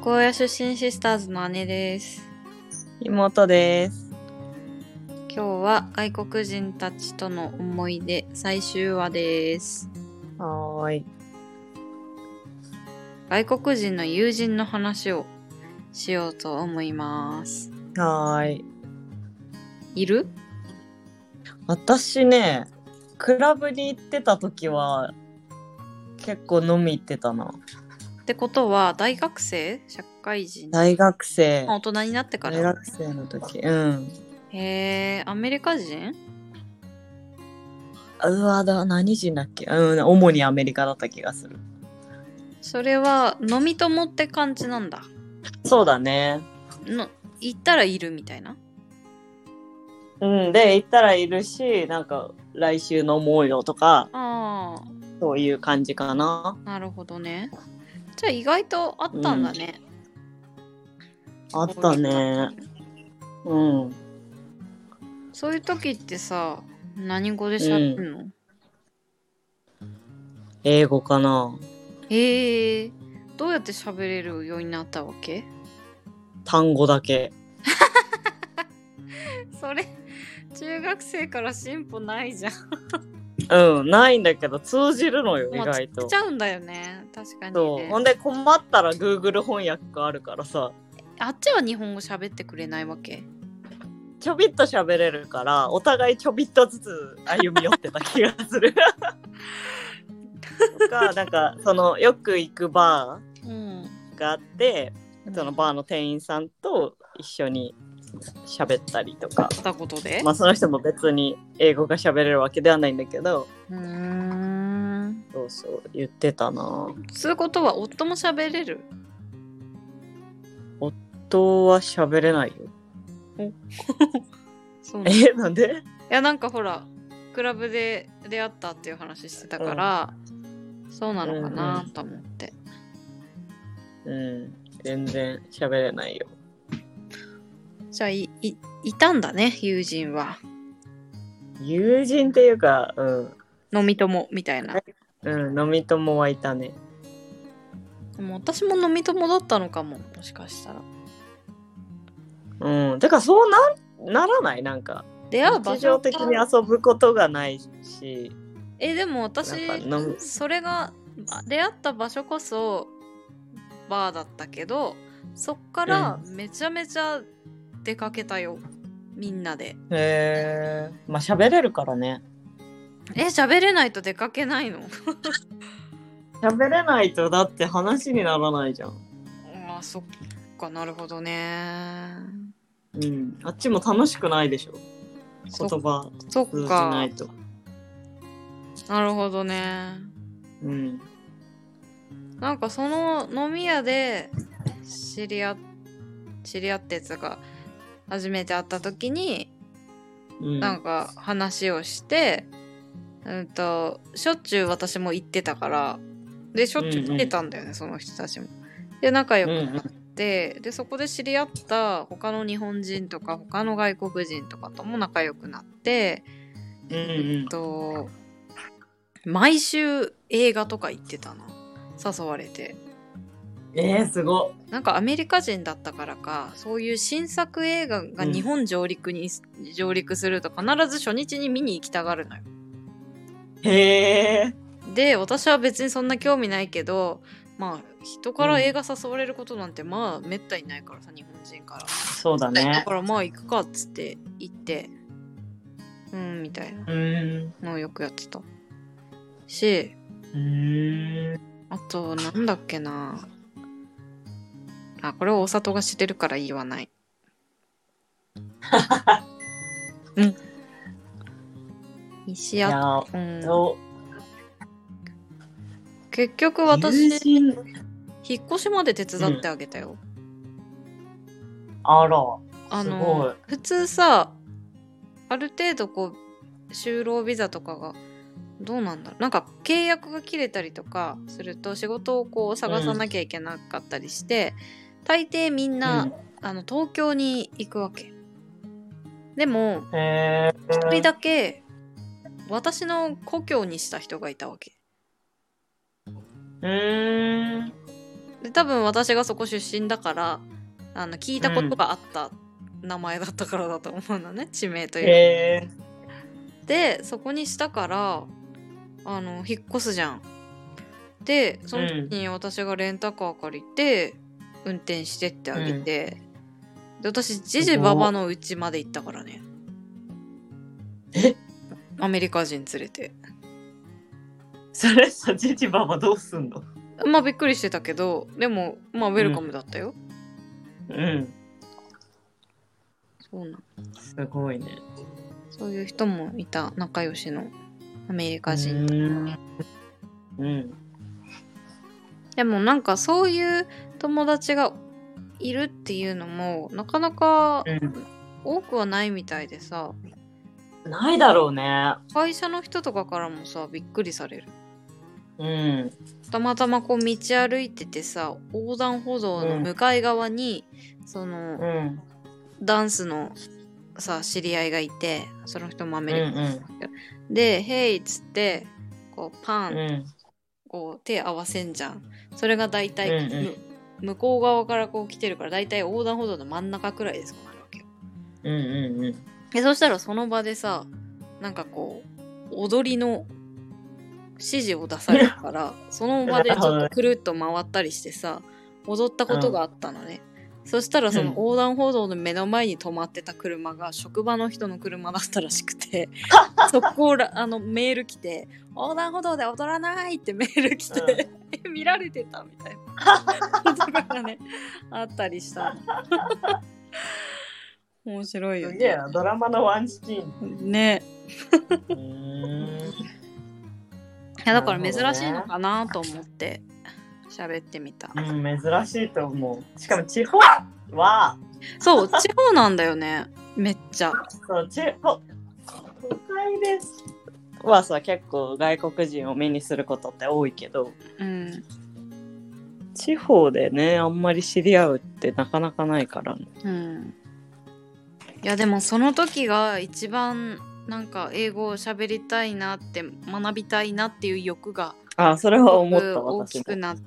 荒野出身シスターズの姉です。 妹です。 今日は外国人たちとの思い出最終話です。 はーい。 外国人の友人の話をしようと思います。 はーい。 いる？ 私ね、クラブに行ってた時は結構飲み行ってたな。 ってことは大学生？社会人？ 大学生。 大人になってから？ 大学生の時。うん。 へー、アメリカ人？ 何人だっけ？主にアメリカだった気がする。 それは飲み友って感じなんだ。 そうだね。 行ったらいるみたいな。 うん。で、行ったらいるし、なんか来週飲もうよとか、そういう感じかな。 なるほどね。じゃあ意外とあったんだね。 あったね。うん。 そういう時ってさ、何語で喋るの？ 英語かな。 どうやって喋れるようになったわけ？ 単語だけ。 それ、中学生から進歩ないじゃん。 うん、ないんだけど通じるのよ、意外と。 通じちゃうんだよね。確かにね。 そう。ほんで困ったら Google 翻訳があるからさ。 あっちは日本語喋ってくれないわけ？ ちょびっと喋れるから、お互いちょびっとずつ歩み寄ってた気がする。とか、なんか、よく行くバーがあって、そのバーの店員さんと一緒に喋ったりとか。 したことで？ まあその人も別に英語が喋れるわけではないんだけど。そうそう、言ってたな。 そういうことは夫も喋れる？ 夫は喋れないよ。 そうなんで？ いや、なんかほら、クラブで出会ったっていう話してたから、そうなのかなと思って。 全然喋れないよ。 じゃあいたんだね、友人は。 友人っていうか、 飲み友みたいな。 飲み友はいたね。 でも私も飲み友だったのかも、もしかしたら。てかそうならない？なんか出会う場所日常的に遊ぶことがないし。 でも私それが出会った場所こそバーだったけど、そっからめちゃめちゃ出かけたよ、みんなで。 まあ喋れるからね。 喋れないと出かけないの？ 喋れないとだって話にならないじゃん。 あ、そっか、なるほどね。 あっちも楽しくないでしょ、言葉通じないと。 なるほどね。なんかその飲み屋で知り合ってやつが初めて会った時に、なんか話をして、しょっちゅう私も行ってたから、でしょっちゅう来てたんだよね、その人たちも。で仲良くなって、でそこで知り合った他の日本人とか他の外国人とかとも仲良くなって、毎週映画とか行ってたな、誘われて。 すごっ。 なんかアメリカ人だったからか、そういう新作映画が日本上陸すると必ず初日に見に行きたがるのよ。で、私は別にそんな興味ないけど、まあ人から映画誘われることなんてまあめったにないからさ、日本人から。 そうだね。 だからまあ行くかっつって行って、みたいなのをよくやってたし、あとなんだっけな。これはお里が知ってるから言わない。石屋。結局私引っ越しまで手伝ってあげたよ。 あら、すごい。 普通さ、ある程度こう就労ビザとかがどうなんだろう、なんか契約が切れたりとかすると仕事をこう探さなきゃいけなかったりして、大抵みんな、東京に行くわけ。でも一人だけ私の故郷にした人がいたわけ。 で多分私がそこ出身だから聞いたことがあった名前だったからだと思うのね、地名というか。でそこにしたから引っ越すじゃん。でその時に私がレンタカー借りて運転してってあげて、で私ジジババの家まで行ったからね。アメリカ人連れて。 それさ、ジジババどうすんの？ まあびっくりしてたけど、でもまあウェルカムだったよ。そうなん。 すごいね。 そういう人もいた、仲良しのアメリカ人。でもなんかそういう友達がいるっていうのもなかなか多くはないみたいでさ。 ないだろうね。 会社の人とかからもさびっくりされる。たまたまこう道歩いててさ、横断歩道の向かい側にその、ダンスのさ知り合いがいて、その人もアメリカだけど、で「ヘイ」っつってこうパン、こう手合わせんじゃん。それがだいたい向こう側からこう来てるから、だいたい横断歩道の真ん中くらいですかなるわけよ。でそしたらその場でさ、なんかこう踊りの指示を出されるからその場でちょっとくるっと回ったりしてさ踊ったことがあったのね。そしたらその横断歩道の目の前に止まってた車が職場の人の車だったらしくてそこをメール来て「横断歩道で踊らない!」ってメール来て、見られてたみたいなことがねあったりした面白いよね。 すげえな、ドラマのワンシーンね。いやだから珍しいのかなと思って喋ってみた。 珍しいと思う。しかも地方はそう地方なんだよね、めっちゃ。 そう地方、都会ですはさ結構外国人を目にすることって多いけど、地方でねあんまり知り合うってなかなかないからね。 いやでもその時が一番なんか英語を喋りたいなって学びたいなっていう欲がそれは思った。 大きくなって、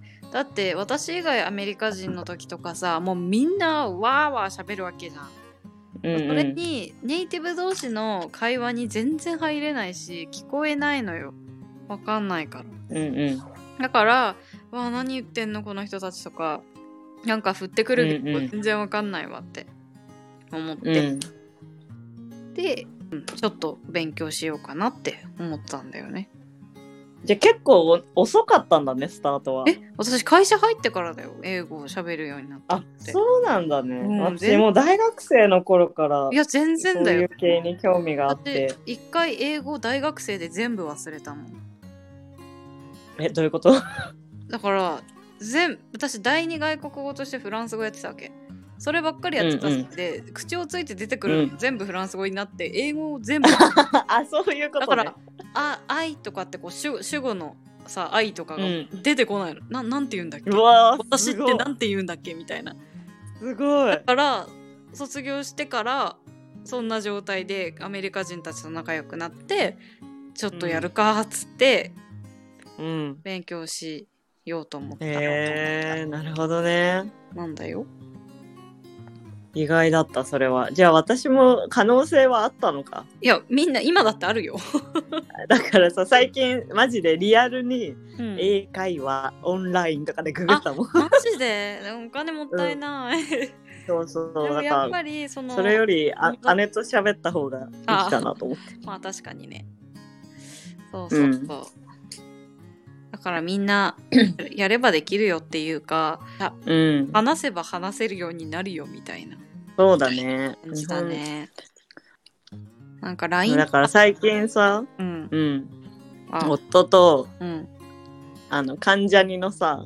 だって私以外アメリカ人の時とかさもうみんなわーわー喋るわけじゃん。それにネイティブ同士の会話に全然入れないし聞こえないのよ、わかんないから。だからわー何言ってんのこの人たちとかなんか振ってくるけど全然わかんないわって思って、でちょっと勉強しようかなって思ったんだよね。 じゃあ結構遅かったんだね、スタートは。 私会社入ってからだよ英語を喋るようになったって。 そうなんだね。私もう大学生の頃からいや全然だよ、 そういう系に興味があって。 だって一回英語大学生で全部忘れたもん。 どういうこと？ だから私第二外国語としてフランス語やってたわけ。そればっかりやってたんで、口をついて出てくる、全部フランス語になって英語を全部そういうことね。 だから愛とかってこう主語のさ愛とかが出てこないの、なんて言うんだっけ、私ってなんて言うんだっけみたいな。 すごい。 だから卒業してからそんな状態でアメリカ人たちと仲良くなってちょっとやるかっつって、勉強しようと思った。 なるほどね。 なんだよ。 意外だったそれは。じゃあ私も可能性はあったのか。 いやみんな今だってあるよだからさ最近マジでリアルに英会話、オンラインとかでググったもん。 マジでお金もったいない、 そうそうでもやっぱりそれより姉と喋った方がいいかなと思って。 まあ確かにね。そうそうそう、だからみんなやればできるよっていうか、話せば話せるようになるよみたいな。 そうだね。 だね。なんか LINE だから最近さ、夫と、関ジャニのさ、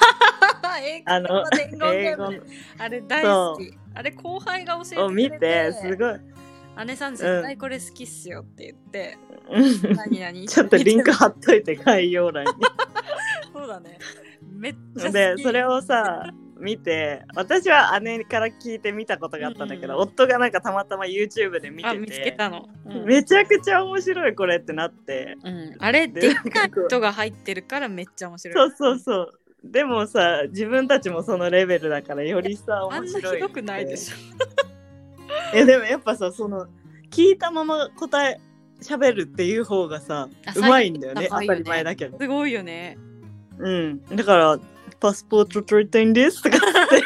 英語あれ大好き。あれ後輩が教えてくれてを見てすごい。 姉さん絶対これ好きっすよって言って、何ちょっとリンク貼っといて概要欄に。 そうだね。めっちゃ好きでそれをさ見て、私は姉から聞いて見たことがあったんだけど、夫がなんかたまたま YouTube で見てて、 見つけたの、 めちゃくちゃ面白いこれってなって、 あれでっかい人が入ってるからめっちゃ面白い。 そうでもさ、自分たちもそのレベルだからよりさ面白い。 あんなひどくないでしょ。でもやっぱさ、その聞いたまま答え喋るっていう方がさうまいんだよね。当たり前だけど。 すごいよね。 うん。だからパスポート取りたいんですとかってそれっ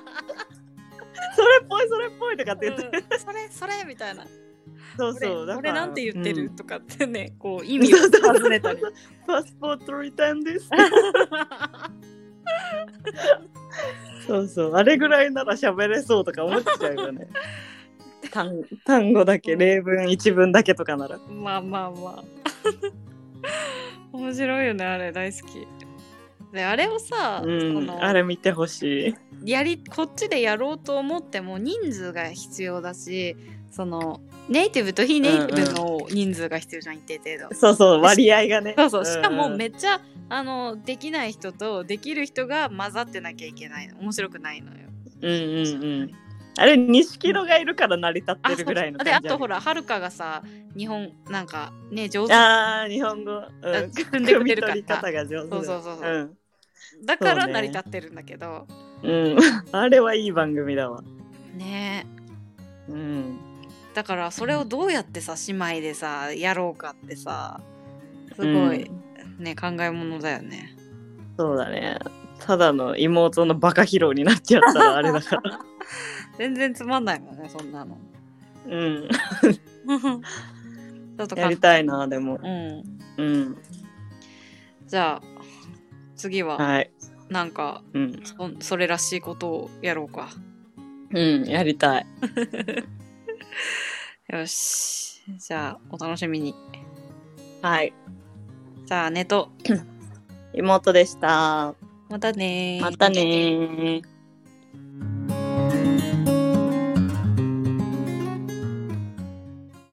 ぽいとかって言って、 それみたいな。 そうそう。 だから俺なんて言ってる、とかってね、こう意味を尋ねたり。 パスポート取りたいんです。そうそう。あれぐらいなら喋れそうとか思っちゃうよね。単語だけ、例文一文だけとかなら。 まあ面白いよね、あれ大好きで。あれをさ、 あれ見てほしい。 こっちでやろうと思っても人数が必要だし、そのネイティブと非ネイティブの人数が必要じゃん、一定程度。 そうそう、割合がね。 そうしかもめっちゃできない人とできる人が混ざってなきゃいけないの。面白くないのよ。 あれ錦戸がいるから成り立ってるぐらいの感じ。 であとほらはるかがさ、日本なんかね上手。 日本語、 組んでくれるから。 組み取り方が上手。 そう、だから成り立ってるんだけど。 あれはいい番組だわ。 ねえ。だからそれをどうやってさ姉妹でさやろうかってさ、すごいね、考え物だよね。そうだね。ただの妹のバカ披露になっちゃったらあれだから全然つまんないもんね、そんなの。 やりたいな、でも。 じゃあ次は、なんか、それらしいことをやろうか。 やりたい。 よし、じゃあお楽しみに。 はい。 じゃあ姉と妹でした。 またね。 またね。